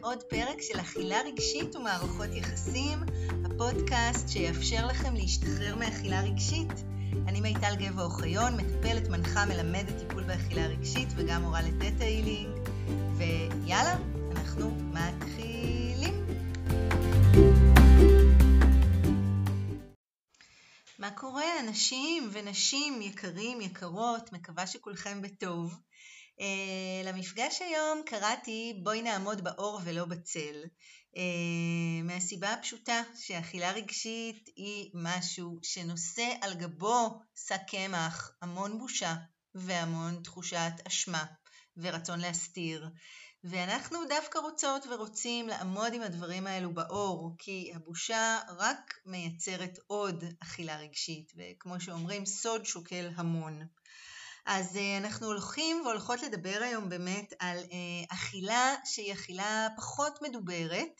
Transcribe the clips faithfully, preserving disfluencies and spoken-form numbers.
לעוד פרק של אכילה רגשית ומערכות יחסים, הפודקאסט שיאפשר לכם להשתחרר מאכילה רגשית. אני מיטל גבע אוחיון, מטפלת, מנחה, מלמדת טיפול באכילה רגשית וגם מורה לתטא הילינג. ויאללה, אנחנו מתחילים. מה קורה אנשים ונשים יקרים, יקרות, מקווה שכולכם בטוב. Uh, למפגש היום קראתי בואי נעמוד באור ולא בצל, uh, מהסיבה הפשוטה שאכילה רגשית היא משהו שנושא על גבו שק קמח, המון בושה והמון תחושת אשמה ורצון להסתיר, ואנחנו דווקא רוצות ורוצים לעמוד עם הדברים האלו באור, כי הבושה רק מייצרת עוד אכילה רגשית, וכמו שאומרים סוד שוקל המון. אז אנחנו הולכים והולכות לדבר היום באמת על אכילה שהיא אכילה פחות מדוברת,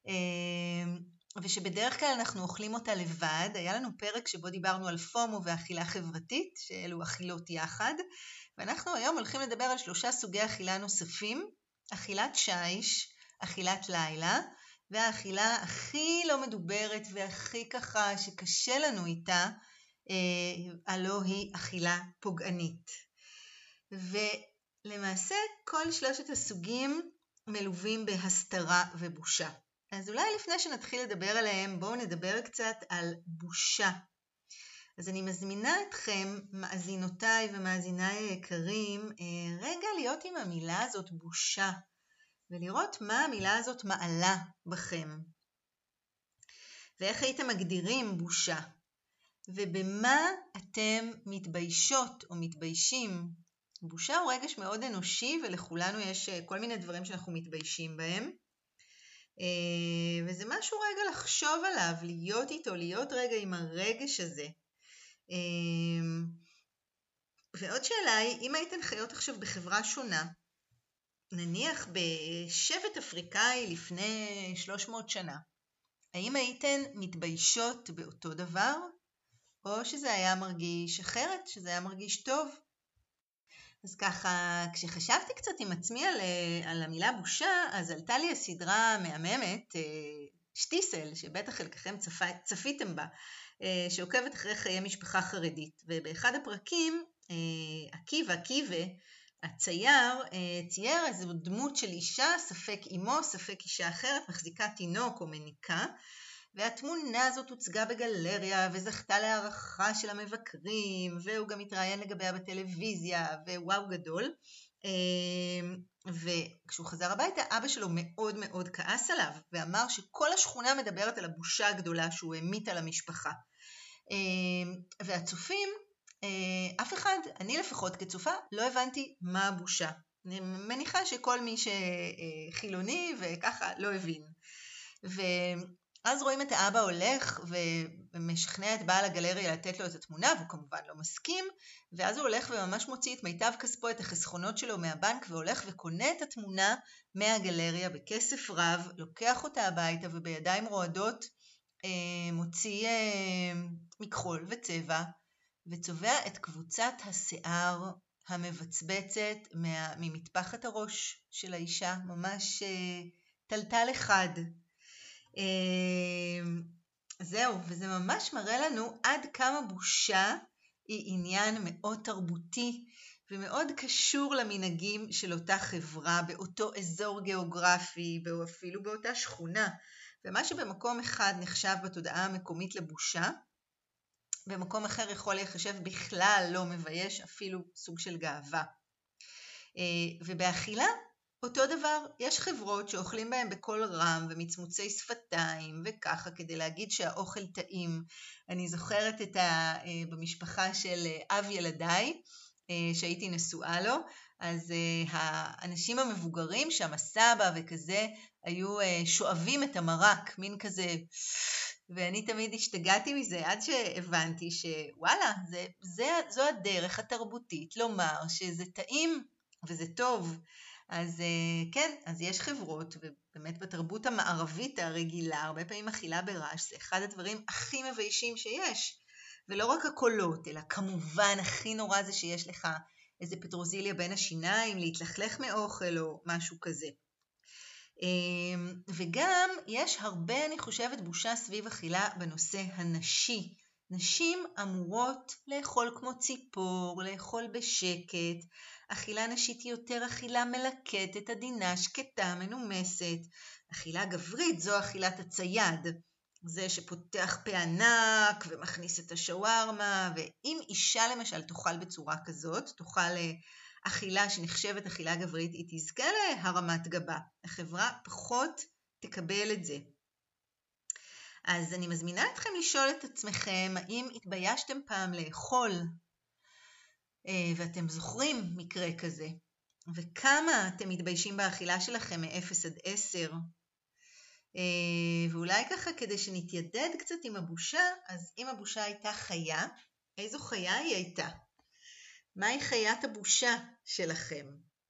ושבדרך כלל אנחנו אוכלים אותה לבד. היה לנו פרק שבו דיברנו על פומו ואכילה חברתית, שאלו אכילות יחד, ואנחנו היום הולכים לדבר על שלושה סוגי אכילה נוספים: אכילת שיש, אכילת לילה, והאכילה הכי לא מדוברת והכי ככה שקשה לנו איתה, הלא היא אכילה פוגענית. ולמעשה כל שלושת הסוגים מלווים בהסתרה ובושה. אז אולי לפני שנתחיל לדבר עליהם, בואו נדבר קצת על בושה. אז אני מזמינה אתכם, מאזינותיי ומאזיניי היקרים, רגע להיות עם המילה הזאת בושה, ולראות מה המילה הזאת מעלה בכם. ואיך הייתם מגדירים בושה? ובמה אתם מתביישות או מתביישים? בושה הוא רגש מאוד אנושי, ולכולנו יש כל מיני דברים שאנחנו מתביישים בהם. וזה משהו רגע לחשוב עליו, להיות איתו, להיות רגע עם הרגש הזה. ועוד שאלה היא, אם הייתן חיות עכשיו בחברה שונה, נניח בשבט אפריקאי לפני שלוש מאות שנה, האם הייתן מתביישות באותו דבר? או שזה היה מרגיש אחרת, שזה היה מרגיש טוב? אז ככה, כשחשבתי קצת עם עצמי על, על המילה בושה, אז עלתה לי הסדרה מהממת, שטיסל, שבטח חלקכם צפ... צפיתם בה, שעוקבת אחרי חיי משפחה חרדית. ובאחד הפרקים, עקיבא, עקיבא, הצייר, צייר איזו דמות של אישה, ספק אמו, ספק אישה אחרת, מחזיקה תינוק או מניקה, והתמונה הזאת הוצגה בגלריה וזכתה להערכה של המבקרים, והוא גם התראיין לגביה בטלוויזיה, ווואו גדול. וכשהוא חזר הביתה, אבא שלו מאוד מאוד כעס עליו, ואמר שכל השכונה מדברת על הבושה הגדולה שהוא העמיד על המשפחה. והצופים, אף אחד, אני לפחות כצופה, לא הבנתי מה הבושה. אני מניחה שכל מי שחילוני וככה לא הבין. ו... אז רואים את האבא הולך ומשכנע את בעל הגלריה לתת לו את התמונה, והוא כמובן לא מסכים, ואז הוא הולך וממש מוציא את מיטב כספו, את החסכונות שלו מהבנק, והולך וקונה את התמונה מהגלריה בכסף רב, לוקח אותה הביתה ובידיים רועדות מוציא מכחול וצבע, וצובע את קבוצת השיער המבצבצת ממטפחת הראש של האישה, ממש טלטל אחד. זהו, וזה ממש מראה לנו עד כמה בושה היא עניין מאוד תרבותי ומאוד קשור למנהגים של אותה חברה, באותו אזור גיאוגרפי, או אפילו באותה שכונה. ומה שבמקום אחד נחשב בתודעה המקומית לבושה, במקום אחר יכול להיחשב בכלל לא מבייש, אפילו סוג של גאווה. ובאכילה אותו דבר, יש חברות שאוכלים בהם בקול רם ומצמוצי שפתיים וככה כדי להגיד שהאוכל טעים. אני זוכרת את ה... במשפחה של אב ילדיי, שהייתי נשואה לו, אז האנשים המבוגרים שם, הסבא וכזה, היו שואבים את המרק, מין כזה, ואני תמיד השתגעתי מזה עד שהבנתי שוואלה, זה, זה, זו הדרך התרבותית לומר שזה טעים וזה טוב. אז כן, אז יש חברות, ובאמת בתרבות המערבית הרגילה, הרבה פעמים אכילה ברעש, זה אחד הדברים הכי מביישים שיש. ולא רק הקולות, אלא כמובן הכי נורא זה שיש לך איזה פטרוזיליה בין השיניים, להתלכלך מאוכל או משהו כזה. וגם יש הרבה, אני חושבת, בושה סביב אכילה בנושא הנשי. נשים אמורות לאכול כמו ציפור, לאכול בשקט. אכילה נשית היא יותר אכילה מלקטת, עדינה, שקטה, מנומסת. אכילה גברית זו אכילת הצייד. זה שפותח פה ענק ומכניס את השווארמה, ואם אישה למשל תאכל בצורה כזאת, תאכל אכילה שנחשבת אכילה גברית, היא תזכה להרמת גבה. החברה פחות תקבל את זה. אז אני מזמינה אתכם לשאול את עצמכם, האם התביישתם פעם לאכול, ואתם זוכרים מקרה כזה, וכמה אתם מתביישים באכילה שלכם מ-אפס עד עשר, ואולי ככה כדי שנתיידד קצת עם הבושה, אז אם הבושה הייתה חיה, איזו חיה היא הייתה? מהי חיית הבושה שלכם?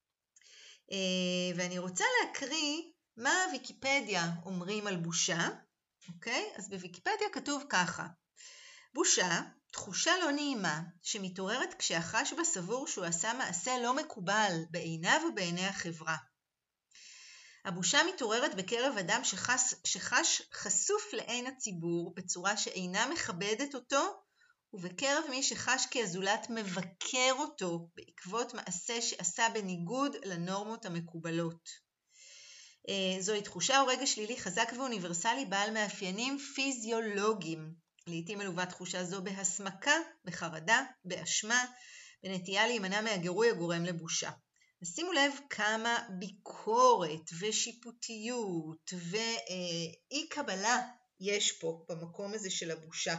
ואני רוצה להקריא מה הוויקיפדיה אומרים על בושה, אוקיי? אז בוויקיפדיה כתוב ככה: בושה, תחושה לא נעימה שמתעוררת כשהחש בה סבור שהוא עשה מעשה לא מקובל בעיניו ובעיני החברה. הבושה מתעוררת בקרב אדם שחש, שחש חשוף לעין הציבור בצורה שאינה מכבדת אותו, ובקרב מי שחש כי הזולת מבקר אותו בעקבות מעשה שעשה בניגוד לנורמות המקובלות. זוהי תחושה או רגע שלילי חזק ואוניברסלי בעל מאפיינים פיזיולוגיים. לעתים מלווה תחושה זו בהסמקה, בחרדה, באשמה, בנטייה להימנע מהגירוי הגורם לבושה. שימו לב כמה ביקורת ושיפוטיות ואי קבלה יש פה במקום הזה של הבושה.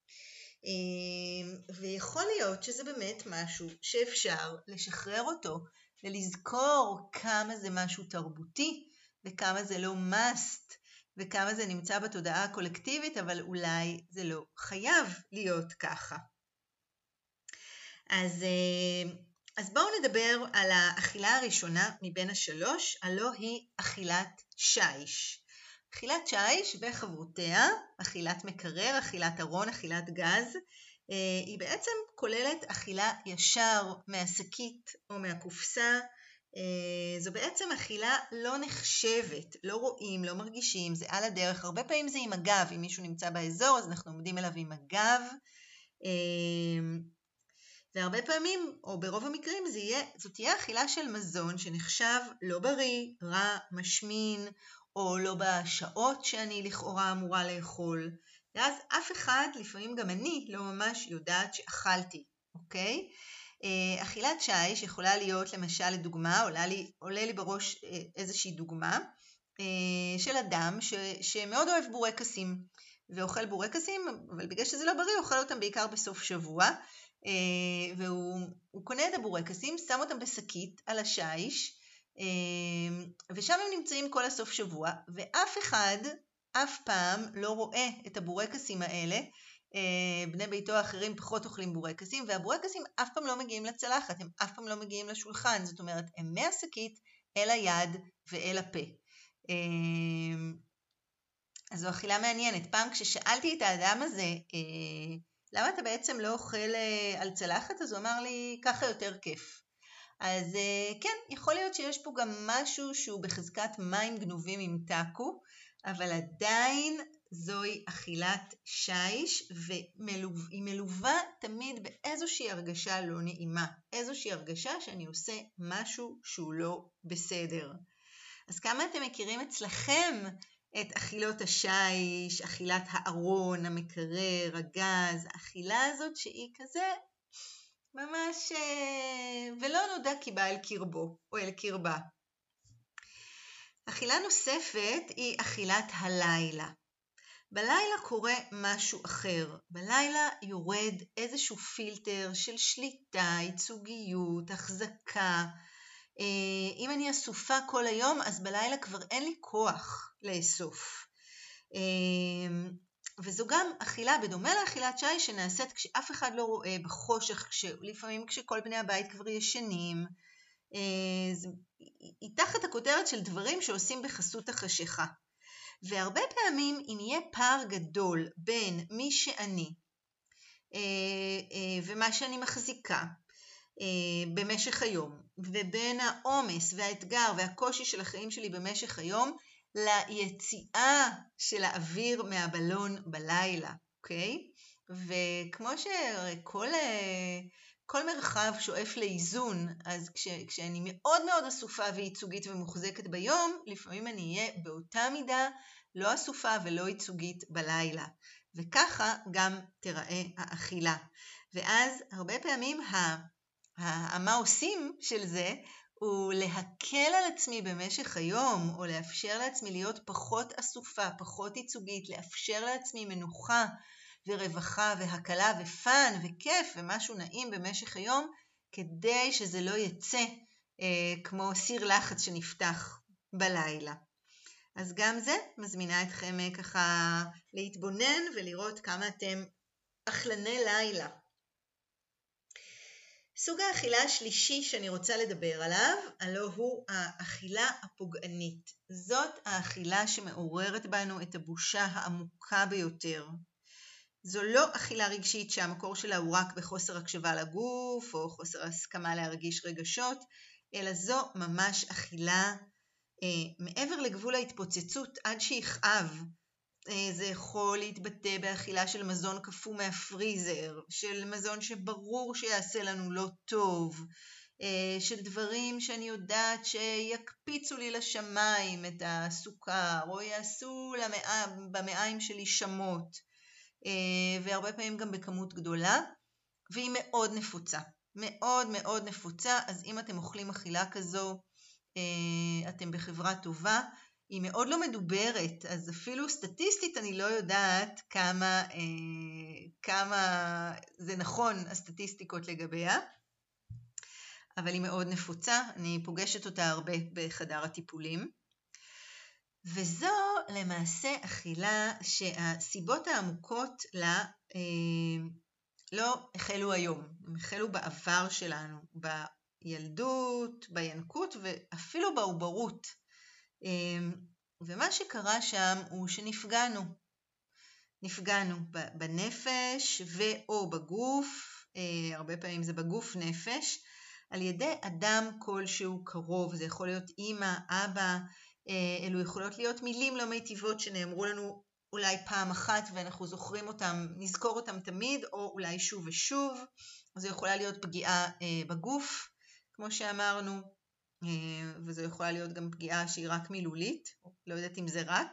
ויכול להיות שזה באמת משהו שאפשר לשחרר אותו ולזכור כמה זה משהו תרבותי וכמה זה לא must וכמה זה נמצא בתודעה הקולקטיבית, אבל אולי זה לא חייב להיות ככה. אז, אז בואו נדבר על האכילה הראשונה מבין השלוש, הלא היא אכילת שיש. אכילת שיש וחברותיה, אכילת מקרר, אכילת ארון, אכילת גז, היא בעצם כוללת אכילה ישר מהשקית או מהקופסה. זו בעצם אכילה לא נחשבת, לא רואים, לא מרגישים, זה על הדרך. הרבה פעמים זה עם הגב, אם מישהו נמצא באזור אז אנחנו עומדים אליו עם הגב, והרבה פעמים, או ברוב המקרים, זה יהיה, זאת תהיה אכילה של מזון שנחשב לא בריא, רע, משמין, או לא בשעות שאני לכאורה אמורה לאכול, ואז אף אחד, לפעמים גם אני, לא ממש יודעת שאכלתי, אוקיי? אכילת שיש יכולה להיות למשל לדוגמה, עולה לי, עולה לי בראש איזושהי דוגמה, של אדם ש, שמאוד אוהב בורקסים, ואוכל בורקסים, אבל בגלל שזה לא בריא, אוכל אותם בעיקר בסוף שבוע, והוא קונה את הבורקסים, שם אותם בשקית על השיש, ושם הם נמצאים כל הסוף שבוע, ואף אחד אף פעם לא רואה את הבורקסים האלה. בני ביתו האחרים פחות אוכלים בורקסים, והבורקסים אף פעם לא מגיעים לצלחת, הם אף פעם לא מגיעים לשולחן, זאת אומרת, הם מהשקית אל היד ואל הפה. אז זו אכילה מעניינת. פעם כששאלתי את האדם הזה, למה אתה בעצם לא אוכל על צלחת? אז הוא אמר לי, ככה יותר כיף. אז כן, יכול להיות שיש פה גם משהו שהוא בחזקת מים גנובים עם טאקו, אבל עדיין זוהי אכילת שיש, והיא מלווה תמיד באיזושהי הרגשה לא נעימה, איזושהי הרגשה שאני עושה משהו שהוא לא בסדר. אז כמה אתם מכירים אצלכם את אכילות השיש, אכילת הארון, המקרר, הגז, האכילה הזאת שהיא כזה ממש, ולא נודע כי בא אל קרבו או אל קרבה. אכילה נוספת היא אכילת הלילה. בלילה קורה משהו אחר. בלילה יורד איזשהו פילטר של שליטה, ייצוגיות, החזקה. אם אני אסופה כל היום, אז בלילה כבר אין לי כוח לאסוף. וזו גם אכילה, בדומה לאכילת שיש, שנעשית כשאף אחד לא רואה, בחושך, לפעמים כשכל בני הבית כבר ישנים. היא תחת הכותרת של דברים שעושים בחסות החשיכה. והרבה פעמים אם יהיה פער גדול בין מי שאני ומה שאני מחזיקה, במשך היום, ובין העומס והאתגר והקושי של החיים שלי במשך היום, ליציאה של האוויר מהבלון בלילה, אוקיי? וכמו שכל כל מרחב שואף לאיזון, אז כש, כשאני מאוד מאוד אסופה וייצוגית ומוחזקת ביום, לפעמים אני אהיה באותה מידה לא אסופה ולא ייצוגית בלילה. וככה גם תראה האכילה. ואז הרבה פעמים ה, ה, מה עושים של זה, הוא להקל על עצמי במשך היום, או לאפשר לעצמי להיות פחות אסופה, פחות ייצוגית, לאפשר לעצמי מנוחה ורווחה והקלה ופן וכיף ומשהו נעים במשך היום, כדי שזה לא יצא אה, כמו סיר לחץ שנפתח בלילה. אז גם זה מזמינה אתכם אה, ככה להתבונן ולראות כמה אתם אכלני לילה. סוג האכילה השלישי שאני רוצה לדבר עליו, הלא הוא האכילה הפוגענית. זאת האכילה שמעוררת בנו את הבושה העמוקה ביותר. זו לא אכילה רגשית שהמקור שלה הוא רק בחוסר הקשבה לגוף או חוסר הסכמה להרגיש רגשות, אלא זו ממש אכילה אה, מעבר לגבול ההתפוצצות עד שיכאב. זה יכול להתבטא באכילה של מזון קפוא מהפריזר, של מזון שברור שיעשה לנו לא טוב, של דברים שאני יודעת שיקפיצו לי לשמיים את הסוכר, או יעשו במעיים שלי שמות, והרבה פעמים גם בכמות גדולה, והיא מאוד נפוצה, מאוד מאוד נפוצה. אז אם אתם אוכלים אכילה כזו, אתם בחברה טובה. היא מאוד לא מדוברת, אז אפילו סטטיסטית אני לא יודעת כמה, אה, כמה זה נכון הסטטיסטיקות לגביה, אבל היא מאוד נפוצה, אני פוגשת אותה הרבה בחדר הטיפולים. וזו למעשה אכילה שהסיבות העמוקות לה אה, לא החלו היום, הם החלו בעבר שלנו, בילדות, בינקות ואפילו בעוברות. ומה שקרה שם הוא שנפגענו, נפגענו בנפש ואו בגוף, הרבה פעמים זה בגוף נפש, על ידי אדם כלשהו קרוב. זה יכול להיות אמא, אבא, אלו יכולות להיות מילים לא מיטיבות שנאמרו לנו אולי פעם אחת ואנחנו זוכרים אותם, נזכור אותם תמיד, או אולי שוב ושוב. זו יכולה להיות פגיעה בגוף, כמו שאמרנו, וזו יכולה להיות גם פגיעה שהיא רק מילולית, לא יודעת אם זה רק.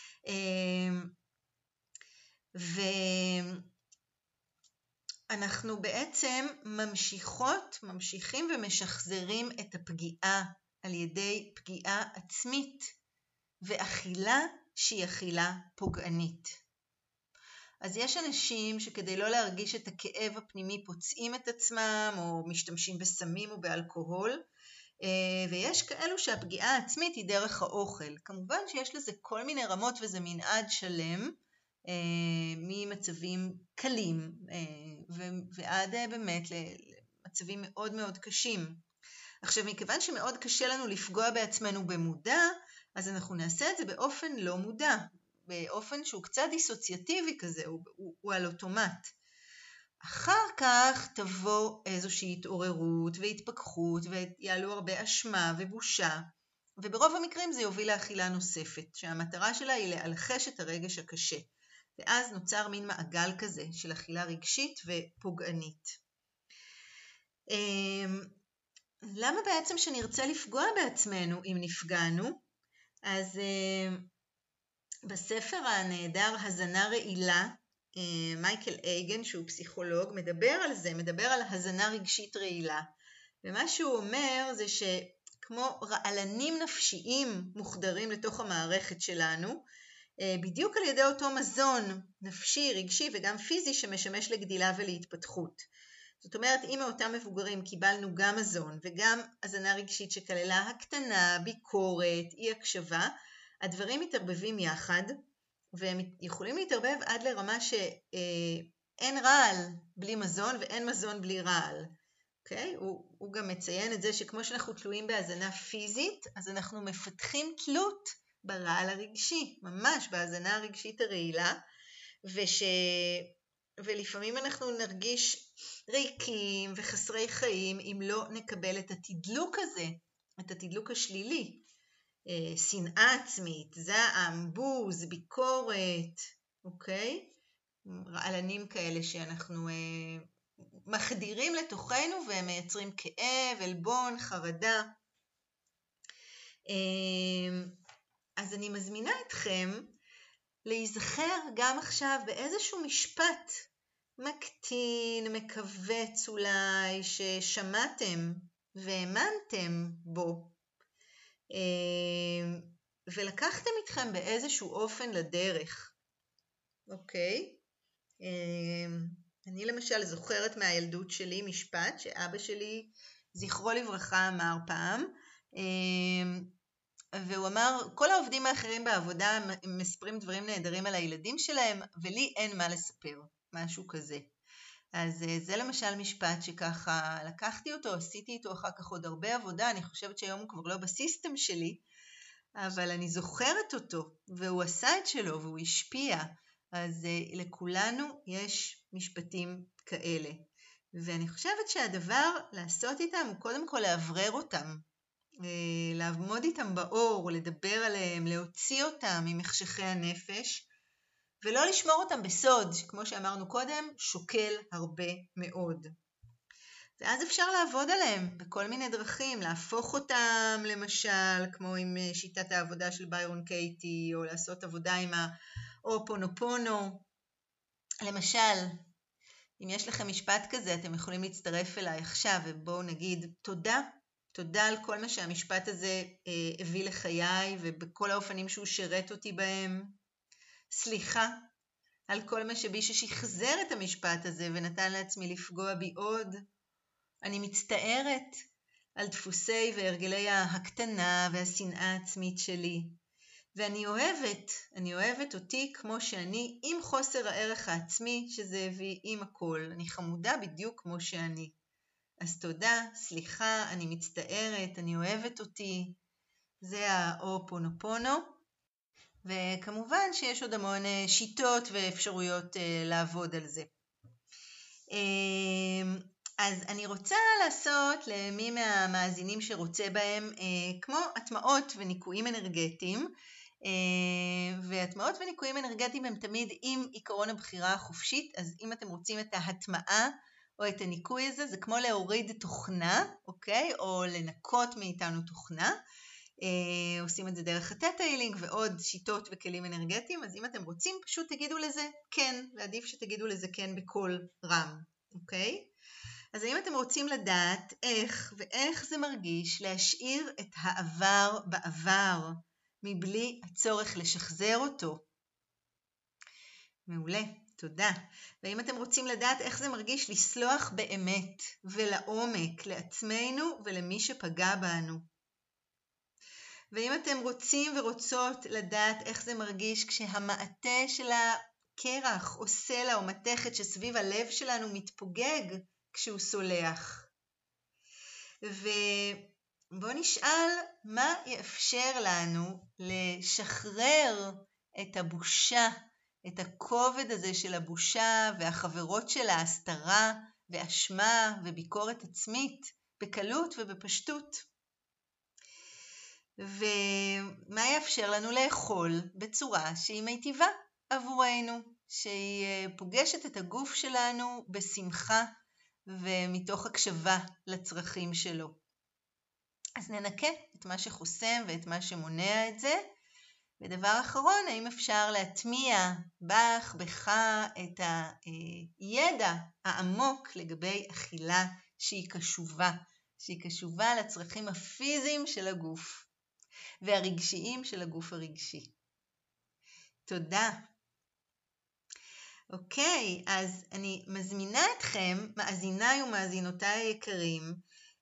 ואנחנו בעצם ממשיכות, ממשיכים ומשחזרים את הפגיעה על ידי פגיעה עצמית, ואכילה שהיא אכילה פוגענית. אז יש אנשים שכדי לא להרגיש את הכאב הפנימי פוצעים את עצמם, או משתמשים בסמים או באלכוהול, ויש כאלו שהפגיעה העצמית היא דרך האוכל. כמובן שיש לזה כל מיני רמות וזה מנעד שלם, ממצבים קלים ועד באמת למצבים מאוד מאוד קשים. עכשיו, מכיוון שמאוד קשה לנו לפגוע בעצמנו במודע, אז אנחנו נעשה את זה באופן לא מודע, באופן שהוא קצת דיסוציאטיבי כזה, הוא, הוא, הוא על אוטומט. אחר כך תבוא איזושהי התעוררות והתפכחות ויעלו הרבה אשמה ובושה, וברוב המקרים זה יוביל לאכילה נוספת, שהמטרה שלה היא להלחש את הרגש הקשה, ואז נוצר מין מעגל כזה של אכילה רגשית ופוגענית. למה בעצם שנרצה לפגוע בעצמנו אם נפגענו? אז בספר הנהדר הזנה רעילה, מייקל אייגן שהוא פסיכולוג מדבר על זה, מדבר על הזנה רגשית רעילה, ומה שהוא אומר זה שכמו רעלנים נפשיים מוחדרים לתוך המערכת שלנו, בדיוק על ידי אותו מזון נפשי, רגשי וגם פיזי שמשמש לגדילה ולהתפתחות. זאת אומרת, אם מאותם מבוגרים קיבלנו גם מזון וגם הזנה רגשית שכללה הקטנה, ביקורת, אי הקשבה, הדברים מתערבבים יחד, והם יכולים להתערבב עד לרמה שאין רעל בלי מזון ואין מזון בלי רעל. Okay? הוא, הוא גם מציין את זה שכמו שאנחנו תלויים בהזנה פיזית, אז אנחנו מפתחים תלות ברעל הרגשי, ממש בהזנה הרגשית הרעילה, וש... ולפעמים אנחנו נרגיש ריקים וחסרי חיים אם לא נקבל את התדלוק הזה, את התדלוק השלילי. שנאה עצמית, זעם, בוז, ביקורת, אוקיי? רעלנים כאלה שאנחנו אה, מחדירים לתוכנו והם מייצרים כאב, עלבון, חרדה. אה, אז אני מזמינה אתכם להיזכר גם עכשיו באיזשהו משפט מקטין, מקווץ אולי, ששמעתם והאמנתם בו, ולקחתם איתכם באיזשהו אופן לדרך. אוקיי? אני למשל זוכרת מהילדות שלי משפט שאבא שלי, זכרו לברכה, אמר פעם, והוא אמר, כל העובדים האחרים בעבודה מספרים דברים נהדרים על הילדים שלהם, ולי אין מה לספר, משהו כזה. אז זה למשל משפט שככה לקחתי אותו, עשיתי איתו אחר כך עוד הרבה עבודה, אני חושבת שהיום הוא כבר לא בסיסטם שלי, אבל אני זוכרת אותו, והוא עשה את שלו, והוא השפיע. אז לכולנו יש משפטים כאלה. ואני חושבת שהדבר לעשות איתם הוא קודם כל לאוורר אותם, לעמוד איתם באור, לדבר עליהם, להוציא אותם ממחשכי הנפש, ולא לשמור אותם בסוד, כמו שאמרנו קודם, שוקל הרבה מאוד. ואז אפשר לעבוד עליהם בכל מיני דרכים, להפוך אותם למשל, כמו עם שיטת העבודה של ביירון קייטי, או לעשות עבודה עם האופונופונו. למשל, אם יש לכם משפט כזה, אתם יכולים להצטרף אליי עכשיו, ובואו נגיד תודה, תודה על כל מה שהמשפט הזה אה, הביא לחיי, ובכל האופנים שהוא שרת אותי בהם. סליחה על כל מה שבי ששחזר את המשפט הזה, ונתן לעצמי לפגוע בי עוד. אני מצטערת על דפוסי והרגלי ההקטנה והשנאה העצמית שלי. ואני אוהבת, אני אוהבת אותי כמו שאני, עם חוסר הערך העצמי שזה הביא עם הכל. אני חמודה בדיוק כמו שאני. אז תודה, סליחה, אני מצטערת, אני אוהבת אותי. זה האופונופונו. וכמובן שיש עוד המון שיטות ואפשרויות לעבוד על זה. אז אני רוצה לעשות למי מהמאזינים שרוצה בהם כמו הטמעות וניקויים אנרגטיים, והטמעות וניקויים אנרגטיים הם תמיד עם עיקרון הבחירה החופשית, אז אם אתם רוצים את ההטמעה או את הניקוי הזה, זה כמו להוריד תוכנה, אוקיי? או לנקות מאיתנו תוכנה, עושים את זה דרך הטטיילינג ועוד שיטות וכלים אנרגטיים, אז אם אתם רוצים פשוט תגידו לזה כן, ועדיף שתגידו לזה כן בקול רם, אוקיי? אז אם אתם רוצים לדעת איך ואיך זה מרגיש להשאיר את העבר בעבר, מבלי הצורך לשחזר אותו. מעולה, תודה. ואם אתם רוצים לדעת איך זה מרגיש לסלוח באמת ולעומק לעצמנו ולמי שפגע בנו. ואם אתם רוצים ורוצות לדעת איך זה מרגיש כשהמעטה של הקרח או סלע או מתכת שסביב הלב שלנו מתפוגג כשהוא סולח. ובואו נשאל מה יאפשר לנו לשחרר את הבושה, את הכובד הזה של הבושה והחברות של ההסתרה ואשמה וביקורת עצמית בקלות ובפשטות. ומה יאפשר לנו לאכול בצורה שהיא מיטיבה עבורנו, שהיא פוגשת את הגוף שלנו בשמחה ומתוך הקשבה לצרכים שלו. אז ננקה את מה שחוסם ואת מה שמונע את זה. ודבר אחרון, האם אפשר להטמיע בך, בך, את הידע העמוק לגבי אכילה שהיא קשובה, שהיא קשובה לצרכים הפיזיים של הגוף והרגשיים של הגוף הרגשי. תודה. אוקיי, אז אני מזמינה אתכם, מאזיניי ומאזינותיי היקרים,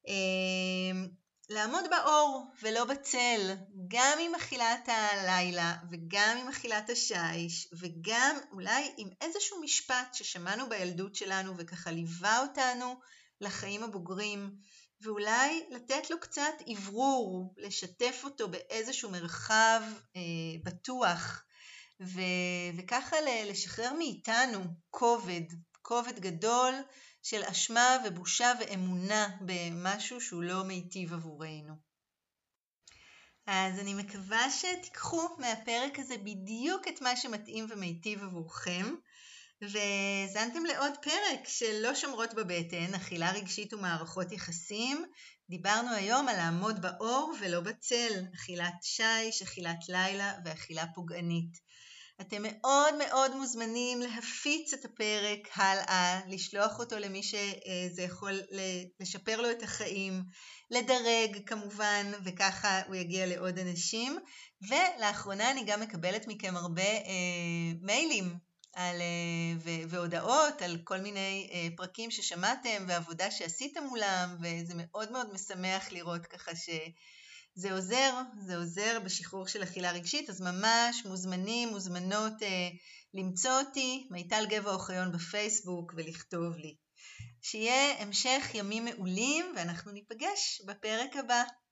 לעמוד באור ולא בצל, גם עם אכילת הלילה וגם עם אכילת השיש, וגם אולי עם איזשהו משפט ששמענו בילדות שלנו וככה ליווה אותנו לחיים הבוגרים, ואולי לתת לו קצת עברור, לשתף אותו באיזשהו מרחב אה, בטוח, ו- וככה ל- לשחרר מאיתנו כובד, כובד גדול של אשמה ובושה ואמונה במשהו שהוא לא מיטיב עבורנו. אז אני מקווה שתיקחו מהפרק הזה בדיוק את מה שמתאים ומיטיב עבורכם, והזנתם לעוד פרק של לא שומרות בבטן, אכילה רגשית ומערכות יחסים. דיברנו היום על לעמוד באור ולא בצל, אכילת שיש, אכילת לילה ואכילה פוגענית. אתם מאוד מאוד מוזמנים להפיץ את הפרק הלאה, לשלוח אותו למי שזה יכול לשפר לו את החיים, לדרג כמובן, וככה הוא יגיע לעוד אנשים. ולאחרונה אני גם מקבלת מכם הרבה אה, מיילים על, אה, ו- והודעות על כל מיני אה, פרקים ששמעתם ועבודה שעשיתם מולם, וזה מאוד מאוד משמח לראות ככה ש... זה עוזר, זה עוזר בשחרור של אכילה רגשית, אז ממש מוזמנים, מוזמנות אה, למצוא אותי, מיטל גבע אוחיון בפייסבוק ולכתוב לי. שיהיה המשך ימים מעולים ואנחנו ניפגש בפרק הבא.